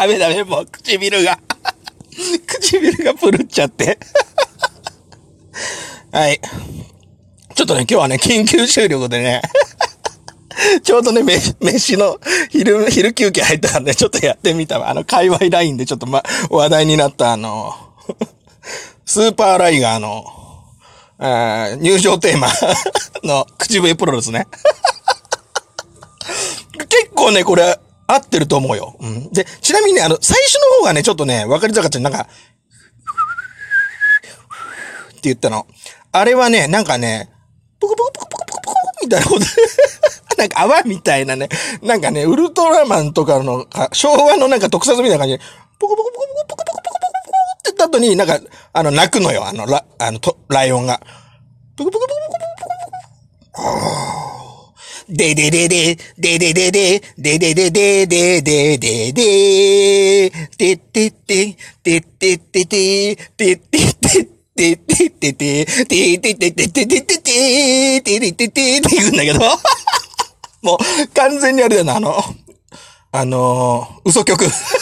メ、もう唇がプルっちゃって。はい。ちょっとね、今日はね、緊急収録でね、ちょうどね、飯の昼休憩入ったからね、ちょっとやってみたわ。界隈ラインでちょっと話題になったスーパーライガーの、入場テーマの口笛プロレスね。結構ね、これ、合ってると思うよ。うん。で、ちなみにね、最初の方がね、ちょっとね、わかりづらかった。なんか、って言ったの。あれはね、なんかね、ポコポコポコポコポコポコみたいなことなんか泡みたいなね、なんかね、ウルトラマンとかの、昭和のなんか特撮みたいな感じで、ポコポコポコポコポコポコポコポコって言った後に、なんか、泣くのよ、ライオンが。ポコポコポコポコポコ。でででで、でででで、でででででででで、てってって、てってってて、てってって、てってってて、てってってて、てってってて、てってっててって言うんだけど、もう完全にあれだな、嘘曲。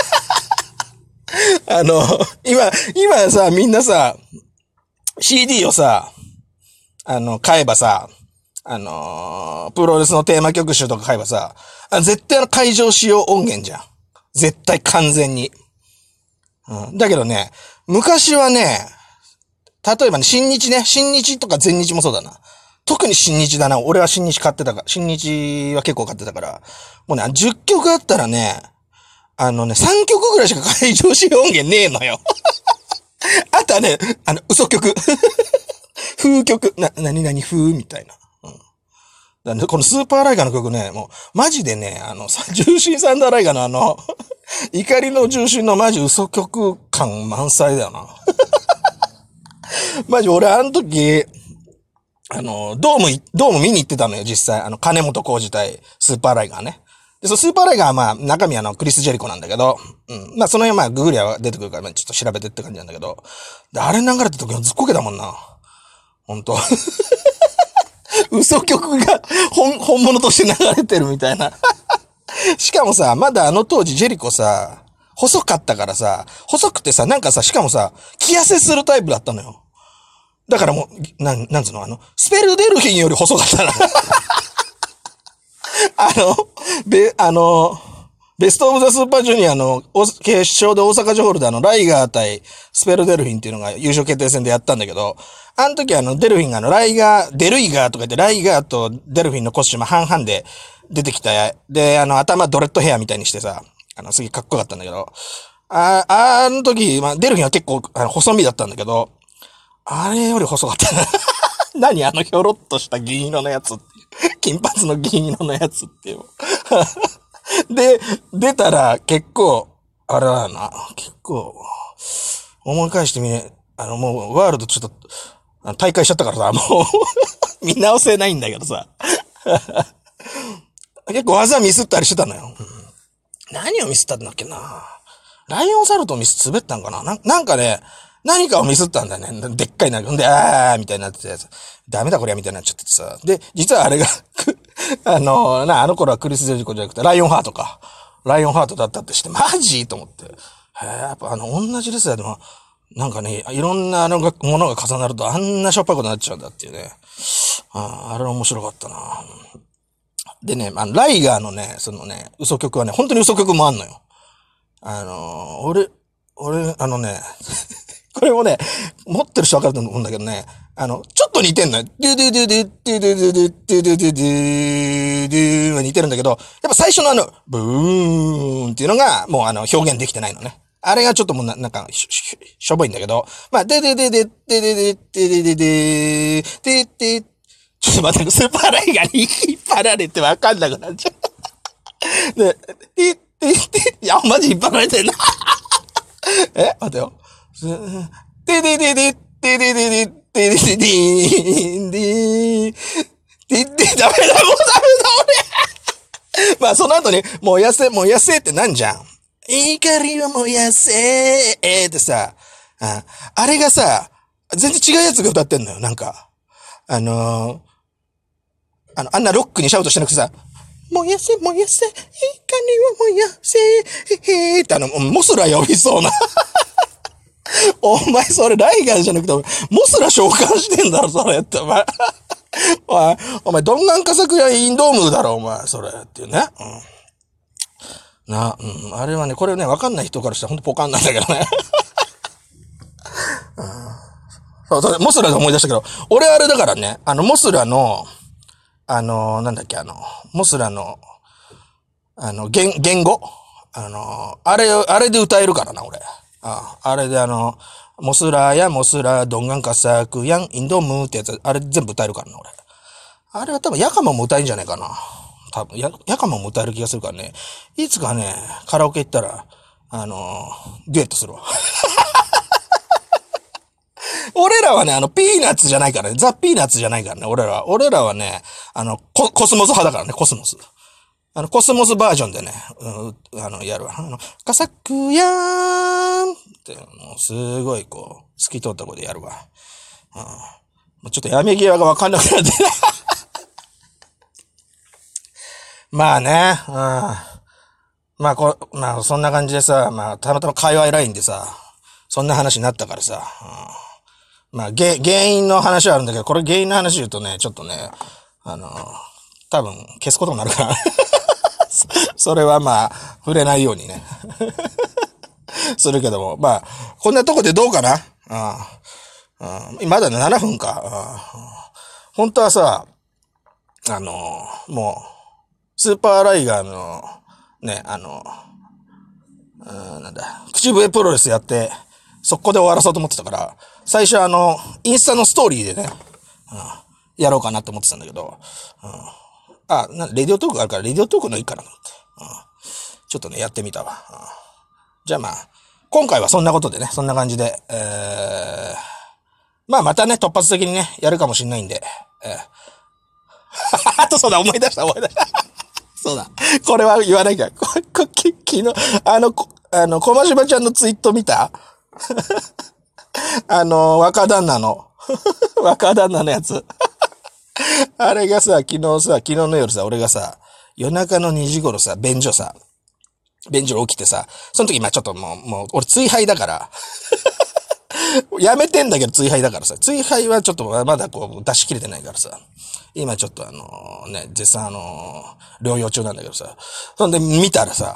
今さ、みんなさ、CD をさ、買えばさ、プロレスのテーマ曲集とか買えばさ、絶対会場使用音源じゃん。絶対完全に。うん。だけどね、昔はね、例えばね、新日とか全日もそうだな。特に新日だな。俺は新日買ってたから、新日は結構買ってたから、もうね、10曲あったらね、3曲ぐらいしか会場使用音源ねえのよ。あとはね、嘘曲。風曲。何々風みたいな。このスーパーライガーの曲ね、もう、マジでね、重心サンダーライガーの怒りの重心のマジ嘘曲感満載だよな。マジ俺時、ドーム見に行ってたのよ、実際。金本浩二対スーパーライガーね。で、スーパーライガーはまあ、中身クリス・ジェリコなんだけど、うん。まあ、その辺まあ、ググリは出てくるから、ちょっと調べてって感じなんだけど、で、あれ流れた時はずっこけたもんな。ほんと。嘘曲が本物として流れてるみたいな。しかもさ、まだ当時ジェリコさ、細かったからさ、細くてさ、なんかさ、しかもさ、気痩せするタイプだったのよ。だからもう、なんつうの、スペルデルフィンより細かったな。ベストオブザスーパージュニアの決勝で大阪城ホールでライガー対スペルデルフィンっていうのが優勝決定戦でやったんだけど、あの時デルフィンがデルイガーとか言ってライガーとデルフィンのコスチューム半々で出てきた。で、頭ドレッドヘアみたいにしてさ、すげえかっこよかったんだけど、あの時、まあ、デルフィンは結構細身だったんだけど、あれより細かったな。何ひょろっとした銀色のやつって。金髪の銀色のやつっていう。で、出たら結構、あれだな、結構、思い返してみね、もうワールドちょっと、大会しちゃったからさ、もう見直せないんだけどさ。結構技ミスったりしてたのよ。何をミスったんだっけな。ライオンサルトミス滑ったんかな。なんかね、何かをミスったんだよね。でっかいな。ほんで、みたいになってたやつ。ダメだこりゃみたいになっちゃっててさ。で、実はあれがあの頃はクリス・ジェリコじゃなくて、ライオンハートか。ライオンハートだったってして、マジと思って。やっぱ同じレスラーでも、なんかね、いろんなものが重なるとあんなしょっぱいことになっちゃうんだっていうね。あれ面白かったな。でね、ライガーのね、そのね、嘘曲はね、本当に嘘曲もあんのよ。俺、これもね、持ってる人わかると思うんだけどね、ちょっと似てんのよ。ドゥドゥドゥドゥドゥドゥドゥドゥドゥドゥドゥドゥドゥは似てるんだけど、やっぱ最初のブーンっていうのが、もう表現できてないのね。あれがちょっともうなんか、しょぼいんだけど、まあ、でででででででででででででちょっと待って、スーパーライガーに引っ張られてわかんなくなっちゃう。で、いや、マジ引っ張られてんな。待てよ。でででで、でででで、ででででで、で、ダメだ、もうダメだ、俺。まあ、その後に、燃やせってなんじゃん。怒りを燃やせってさ、あれがさ、全然違うやつが歌ってんのよ、なんか。あんなロックにシャウトしてなくてさ、 燃やせ、燃やせ、いかには燃やせ、ってモスラ呼びそうな。お前それライガーじゃなくて、モスラ召喚してんだろ、それって、お前。お前、ドンガンカサクやインドームだろ、お前、それ、っていうね。あれはね、これね、わかんない人からしたらほんとポカンなんだけどね。そう、モスラで思い出したけど、俺あれだからね、モスラの、なんだっけ、モスラの、言語あれで歌えるからな、俺。あれでモスラやモスラ、ドンガンカサクヤン、インドムーってやつ、あれ全部歌えるからな、俺。あれは多分ヤカマも歌えんじゃないかな。多分、ヤカマも歌える気がするからね。いつかね、カラオケ行ったら、デュエットするわ。俺らはね、ピーナッツじゃないからね。ザ・ピーナッツじゃないからね、俺らはね、コスモス派だからね、コスモス。コスモスバージョンでね、やるわ。カサクヤーンって、もうすごいこう、透き通った声でやるわ。もうちょっとやめ際がわかんなくなってね。まあね、まあそんな感じでさ、まあたまたま界隈ラインでさ、そんな話になったからさ、まあ原因の話はあるんだけど、これ原因の話言うとね、ちょっとね、多分消すことになるから。それはまあ、触れないようにね。するけども、まあ、こんなとこでどうかなまだ7分か。本当はさ、もう、スーパーライガーの、ね、なんだ、口笛プロレスやって、そこで終わらそうと思ってたから、最初インスタのストーリーでね、やろうかなって思ってたんだけど、レディオトークがあるから、レディオトークのいいかなと思って、ちょっとね、やってみたわ。じゃあまあ、今回はそんなことでね、そんな感じで、まあまたね、突発的にね、やるかもしんないんで、あとそうだ、思い出した。そうだ。これは言わなきゃ。昨日、小間柴ちゃんのツイート見た若旦那のやつ。あれがさ、昨日の夜さ、俺がさ、夜中の2時頃さ、便所起きてさ、その時ちょっともう、俺追廃だから、やめてんだけど追廃だからさ、追廃はちょっとまだこう出し切れてないからさ、今ちょっと絶賛療養中なんだけどさ、そんで見たらさ、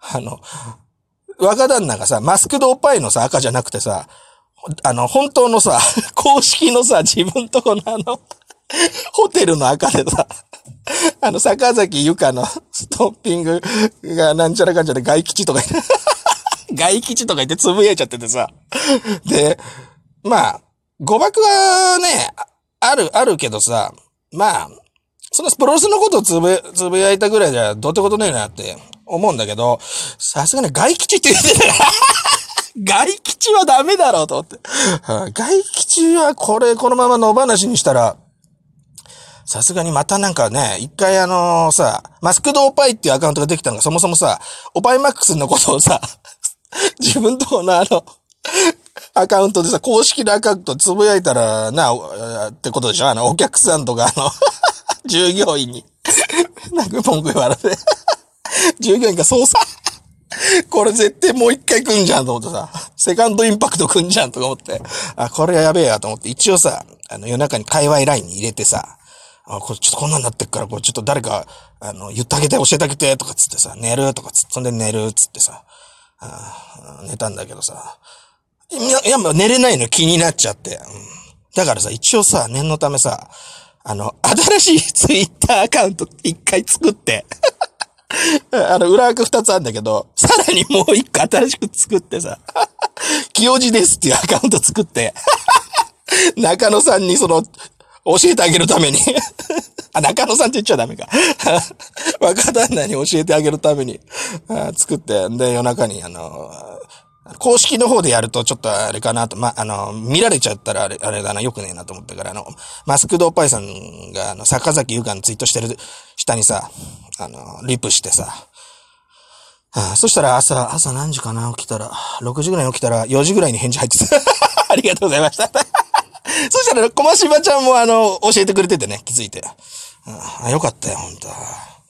若旦那がさ、マスクドおっぱいのさ、赤じゃなくてさ、本当のさ、公式のさ、自分とこのホテルの赤でさ、坂崎ゆかのストッピングがなんちゃらかんちゃら外吉とか言ってつぶやいちゃっててさ。で、まあ、誤爆はね、あるけどさ、まあ、そのプロレスのことをつぶやいたぐらいじゃどうってことねえなって思うんだけど、さすがに外吉って言ってたら、外吉はダメだろうと思って。外吉はこのまま野放しにしたら、さすがにまたなんかね、一回さ、マスクドオパイっていうアカウントができたのがそもそもさ、オパイマックスのことをさ、自分とこのアカウントでさ、公式のアカウントつぶやいたらな、ってことでしょお客さんとか従業員に、なんか文句言われて、従業員がそうさ、これ絶対もう一回来んじゃんと思ってさ、セカンドインパクト来んじゃんとか思って、これやべえやと思って、一応さ、夜中に界隈ラインに入れてさ、これちょっとこんなんなってっから、これちょっと誰か、言ってあげて、教えてあげて、とかつってさ、寝るとかつって、そんで寝るつってさ、寝たんだけどさ、いや、もう寝れないの気になっちゃって。だからさ、一応さ、念のためさ、新しいツイッターアカウント一回作って、裏枠2つあるんだけど、さらにもう一個新しく作ってさ、清治ですっていうアカウント作って、中野さんに教えてあげるために中野さんって言っちゃダメか。若旦那に教えてあげるために、作って、で、夜中に公式の方でやるとちょっとあれかなと、見られちゃったらあれだな、よくねえなと思ったから、マスクドーパイさんが坂崎ゆかのツイートしてる下にさ、リプしてさ、そしたら朝何時かな起きたら、6時ぐらいに起きたら4時ぐらいに返事入ってた。ありがとうございました。そしたら、小間ちゃんも教えてくれててね、気づいて。よかったよ、ほんと。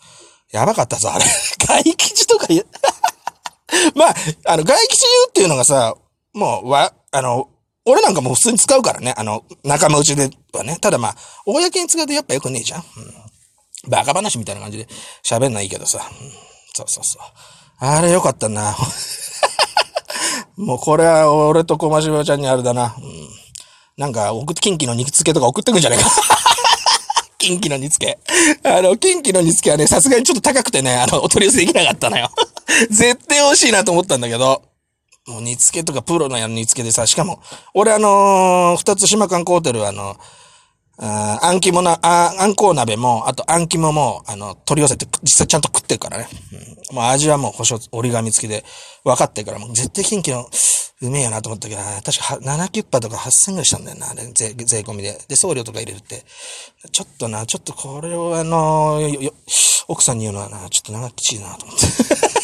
やばかったぞ、あれ。外吉とか言う。まあ、外吉言うっていうのがさ、もう、俺なんかもう普通に使うからね。仲間内ではね。ただまあ、公に使うとやっぱよくねえじゃん。バカ話みたいな感じで喋んないいけどさ。そうそうそう。あれよかったな。もうこれは俺と小町ちゃんにあれだな。なんか、キンキの煮付けとか送ってくんじゃねえか。キンキの煮付け。キンキの煮付けはね、さすがにちょっと高くてね、お取り寄せできなかったのよ。絶対美味しいなと思ったんだけど。もう煮付けとかプロの煮付けでさ、しかも、俺二つ島観光ホテルあん肝な、あんこう鍋も、あとあん肝も、取り寄せて、実際ちゃんと食ってるからね。もう味はもう折り紙付きで分かってるから、もう絶対キンキの、うめえよなと思ったけど、確か7キュッパとか8000ぐらいしたんだよな、あれ、税込みで。で、送料とか入れるって。ちょっとこれを奥さんに言うのはな、ちょっと長きちいなと思って。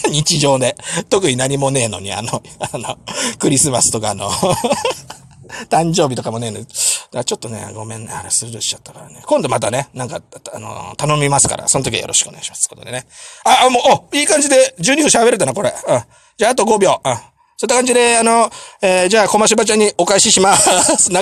日常で。特に何もねえのに、クリスマスとか誕生日とかもねえのに。だからちょっとね、ごめんね、あれスルーしちゃったからね。今度またね、なんか、頼みますから、その時はよろしくお願いします。ということでね。もう、いい感じで12分喋れたな、これ。じゃあ、あと5秒。そういった感じで、じゃあ、小町ばちゃんにお返しします。